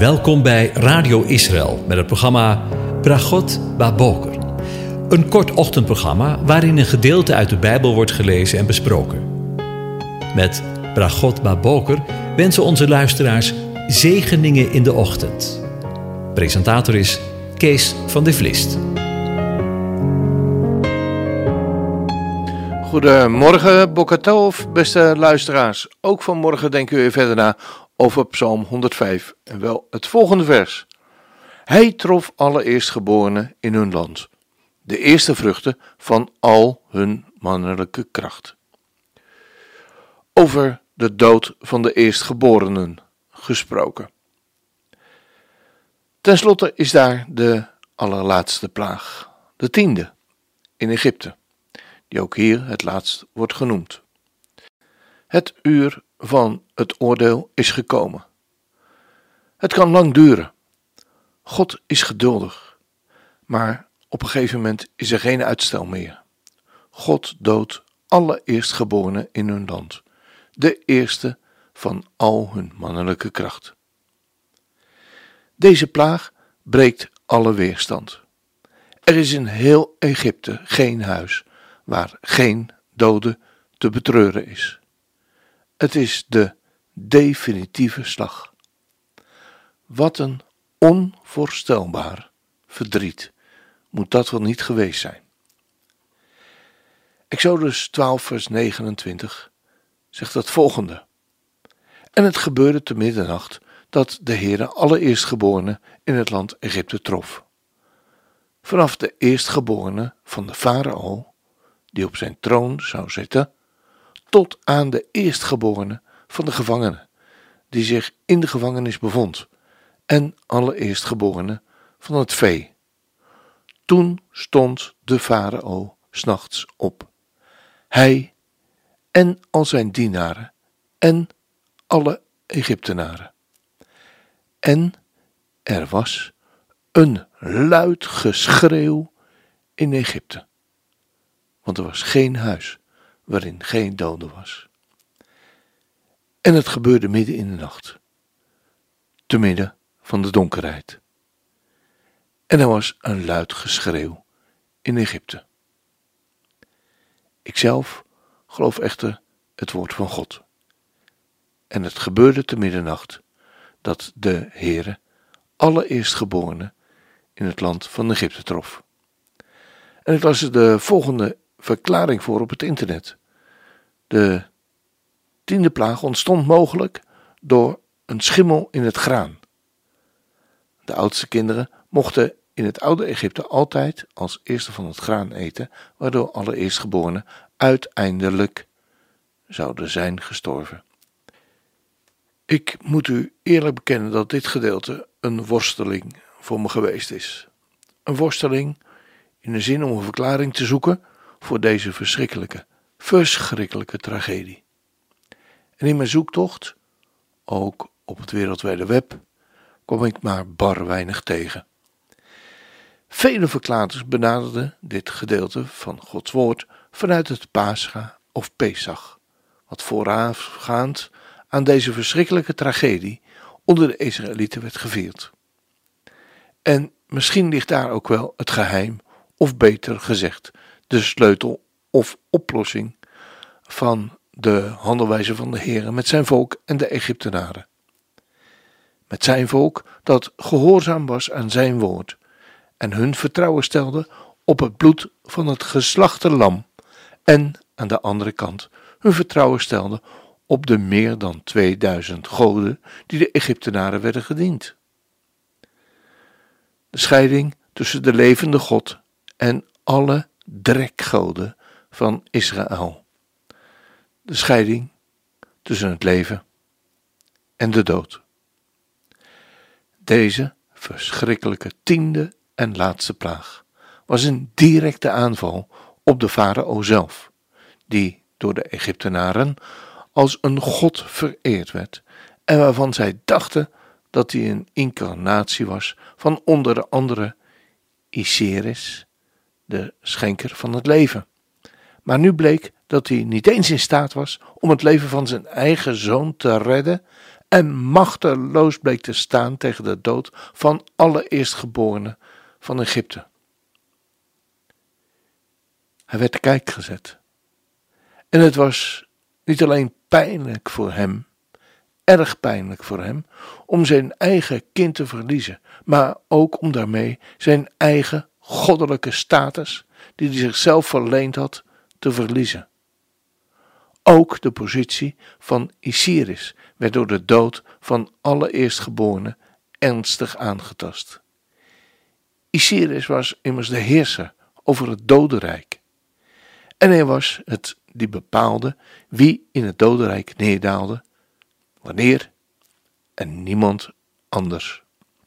Welkom bij Radio Israël met het programma Brachot Baboker. Een kort ochtendprogramma waarin een gedeelte uit de Bijbel wordt gelezen en besproken. Met Brachot Baboker wensen onze luisteraars zegeningen in de ochtend. Presentator is Kees van de Vlist. Goedemorgen, Boker Tov, beste luisteraars. Ook vanmorgen denken we weer verder na over Psalm 105 en wel het volgende vers. Hij trof alle eerstgeborenen in hun land, de eerste vruchten van al hun mannelijke kracht. Over de dood van de eerstgeborenen gesproken. Ten slotte is daar de allerlaatste plaag, de 10e in Egypte, die ook hier het laatst wordt genoemd. Het uur van het oordeel is gekomen. Het kan lang duren. God is geduldig, maar op een gegeven moment is er geen uitstel meer. God doodt alle eerstgeborenen in hun land, de eerste van al hun mannelijke kracht. Deze plaag breekt alle weerstand. Er is in heel Egypte geen huis waar geen dode te betreuren is. Het is de definitieve slag. Wat een onvoorstelbaar verdriet moet dat wel niet geweest zijn. Exodus 12 vers 29 zegt het volgende. En het gebeurde te middernacht dat de Heere alle eerstgeborenen in het land Egypte trof. Vanaf de eerstgeborene van de farao, die op zijn troon zou zitten, tot aan de eerstgeborene van de gevangene, die zich in de gevangenis bevond, en alle eerstgeborenen van het vee. Toen stond de farao 's nachts op, hij en al zijn dienaren en alle Egyptenaren. En er was een luid geschreeuw in Egypte, want er was geen huis waarin geen dode was. En het gebeurde midden in de nacht, te midden van de donkerheid. En er was een luid geschreeuw in Egypte. Ikzelf geloof echter het woord van God. En het gebeurde te middernacht dat de Heere alle eerstgeborenen in het land van Egypte trof. En ik las er de volgende verklaring voor op het internet. De 10e plaag ontstond mogelijk door een schimmel in het graan. De oudste kinderen mochten in het oude Egypte altijd als eerste van het graan eten, waardoor alle eerstgeborenen uiteindelijk zouden zijn gestorven. Ik moet u eerlijk bekennen dat dit gedeelte een worsteling voor me geweest is. Een worsteling in de zin om een verklaring te zoeken voor deze verschrikkelijke tragedie. En in mijn zoektocht, ook op het wereldwijde web, kwam ik maar bar weinig tegen. Vele verklaarders benaderden dit gedeelte van Gods woord vanuit het Pascha of Pesach, wat voorafgaand aan deze verschrikkelijke tragedie onder de Israëlieten werd gevierd. En misschien ligt daar ook wel het geheim, of beter gezegd, de sleutel of oplossing van de handelwijze van de Heere met zijn volk en de Egyptenaren. Met zijn volk dat gehoorzaam was aan zijn woord en hun vertrouwen stelde op het bloed van het geslachte lam en aan de andere kant hun vertrouwen stelde op de meer dan 2000 goden die de Egyptenaren werden gediend. De scheiding tussen de levende God en alle drekgoden van Israël. De scheiding tussen het leven en de dood. Deze verschrikkelijke 10e en laatste plaag was een directe aanval op de farao zelf, die door de Egyptenaren als een god vereerd werd en waarvan zij dachten dat hij een incarnatie was van onder andere Osiris, de schenker van het leven. Maar nu bleek dat hij niet eens in staat was om het leven van zijn eigen zoon te redden en machteloos bleek te staan tegen de dood van alle eerstgeborenen van Egypte. Hij werd te kijk gezet. En het was niet alleen pijnlijk voor hem, erg pijnlijk voor hem, om zijn eigen kind te verliezen, maar ook om daarmee zijn eigen goddelijke status, die hij zichzelf verleend had, te verliezen. Ook de positie van Osiris werd door de dood van alle eerstgeborenen ernstig aangetast. Osiris was immers de heerser over het dodenrijk. En hij was het die bepaalde wie in het dodenrijk neerdaalde, wanneer en niemand anders.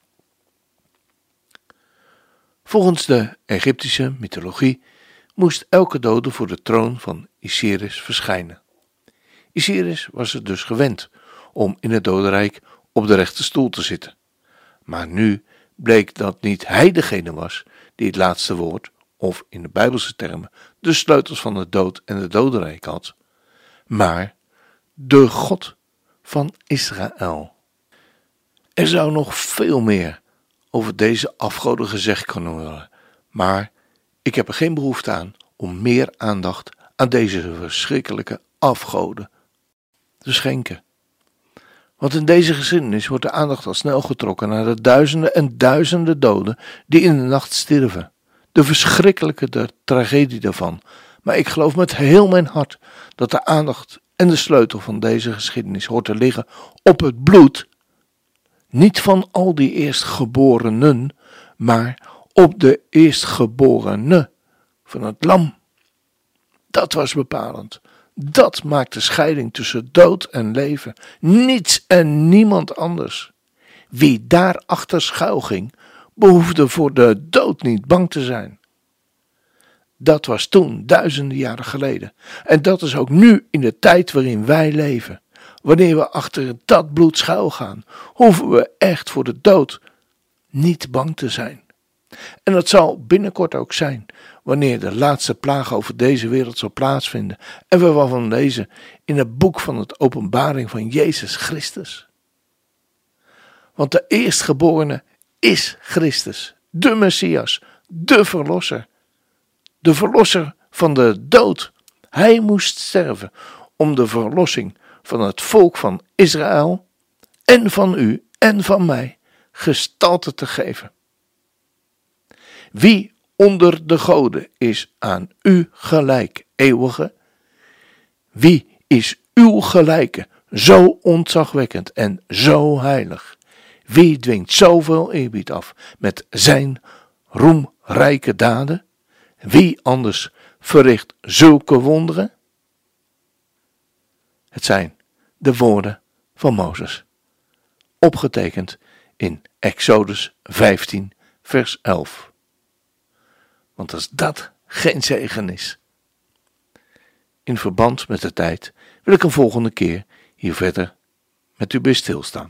Volgens de Egyptische mythologie moest elke dode voor de troon van Osiris verschijnen. Osiris was het dus gewend om in het dodenrijk op de rechte stoel te zitten. Maar nu bleek dat niet hij degene was die het laatste woord, of in de Bijbelse termen de sleutels van de dood en het dodenrijk had, maar de God van Israël. Er zou nog veel meer over deze afgoden gezegd kunnen worden, maar ik heb er geen behoefte aan om meer aandacht aan deze verschrikkelijke afgoden te schenken. Want in deze geschiedenis wordt de aandacht al snel getrokken naar de duizenden en duizenden doden die in de nacht stierven. De verschrikkelijke tragedie daarvan. Maar ik geloof met heel mijn hart dat de aandacht en de sleutel van deze geschiedenis hoort te liggen op het bloed, niet van al die eerstgeborenen, maar op de eerstgeborene van het lam. Dat was bepalend. Dat maakt de scheiding tussen dood en leven. Niets en niemand anders. Wie daarachter schuil ging, behoefde voor de dood niet bang te zijn. Dat was toen, duizenden jaren geleden. En dat is ook nu in de tijd waarin wij leven. Wanneer we achter dat bloed schuil gaan, hoeven we echt voor de dood niet bang te zijn. En dat zal binnenkort ook zijn, wanneer de laatste plaag over deze wereld zal plaatsvinden. En we waarvan lezen in het boek van het Openbaring van Jezus Christus. Want de eerstgeborene is Christus, de Messias, de Verlosser. De Verlosser van de dood. Hij moest sterven om de verlossing van het volk van Israël en van u en van mij gestalte te geven. Wie onder de goden is aan u gelijk, eeuwige? Wie is uw gelijke, zo ontzagwekkend en zo heilig? Wie dwingt zoveel eerbied af met zijn roemrijke daden? Wie anders verricht zulke wonderen? Het zijn de woorden van Mozes, opgetekend in Exodus 15, vers 11. Want als dat geen zegen is, in verband met de tijd, wil ik een volgende keer hier verder met u bij stilstaan.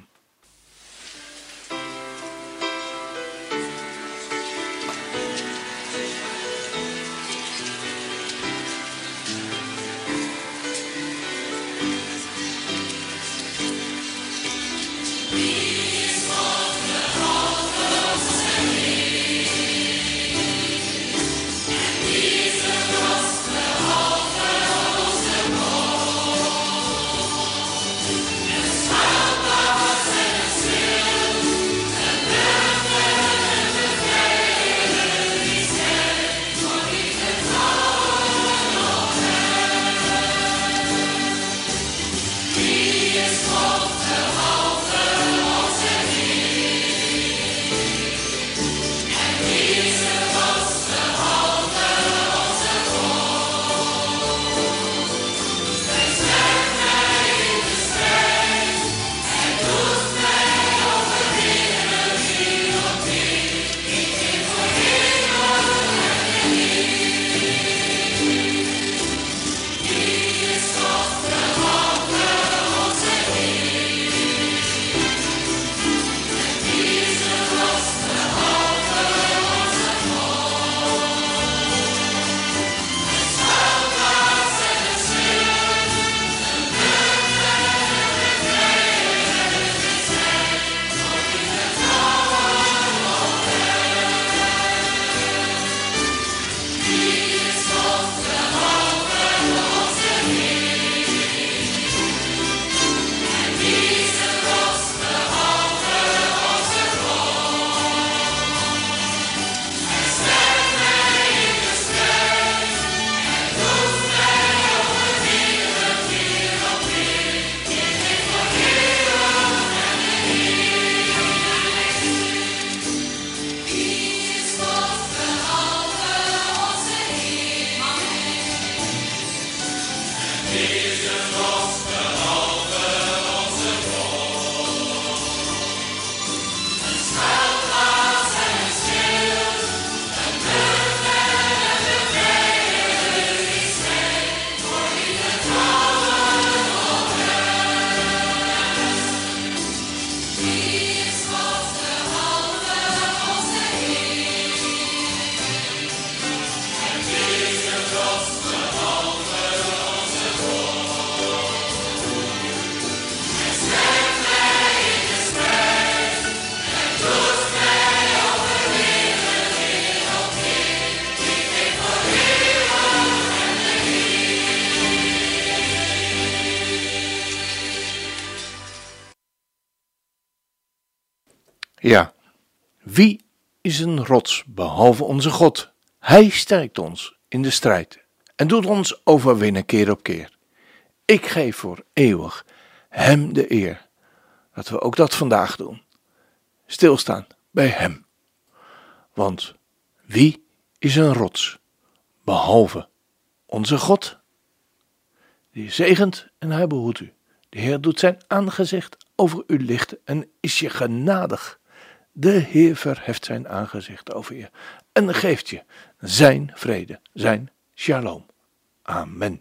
Ja, wie is een rots behalve onze God? Hij sterkt ons in de strijd en doet ons overwinnen keer op keer. Ik geef voor eeuwig hem de eer. Dat we ook dat vandaag doen. Stilstaan bij hem. Want wie is een rots behalve onze God? Die zegent en hij behoedt u. De Heer doet zijn aangezicht over u lichten en is je genadig. De Heer verheft zijn aangezicht over je en geeft je zijn vrede, zijn shalom. Amen.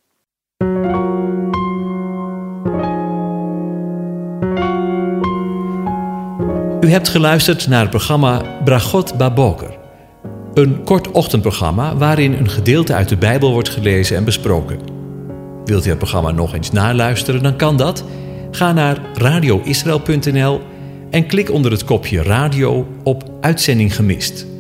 U hebt geluisterd naar het programma Bragot Baboker. Een kort ochtendprogramma waarin een gedeelte uit de Bijbel wordt gelezen en besproken. Wilt u het programma nog eens naluisteren, dan kan dat. Ga naar radioisrael.nl en klik onder het kopje radio op Uitzending gemist.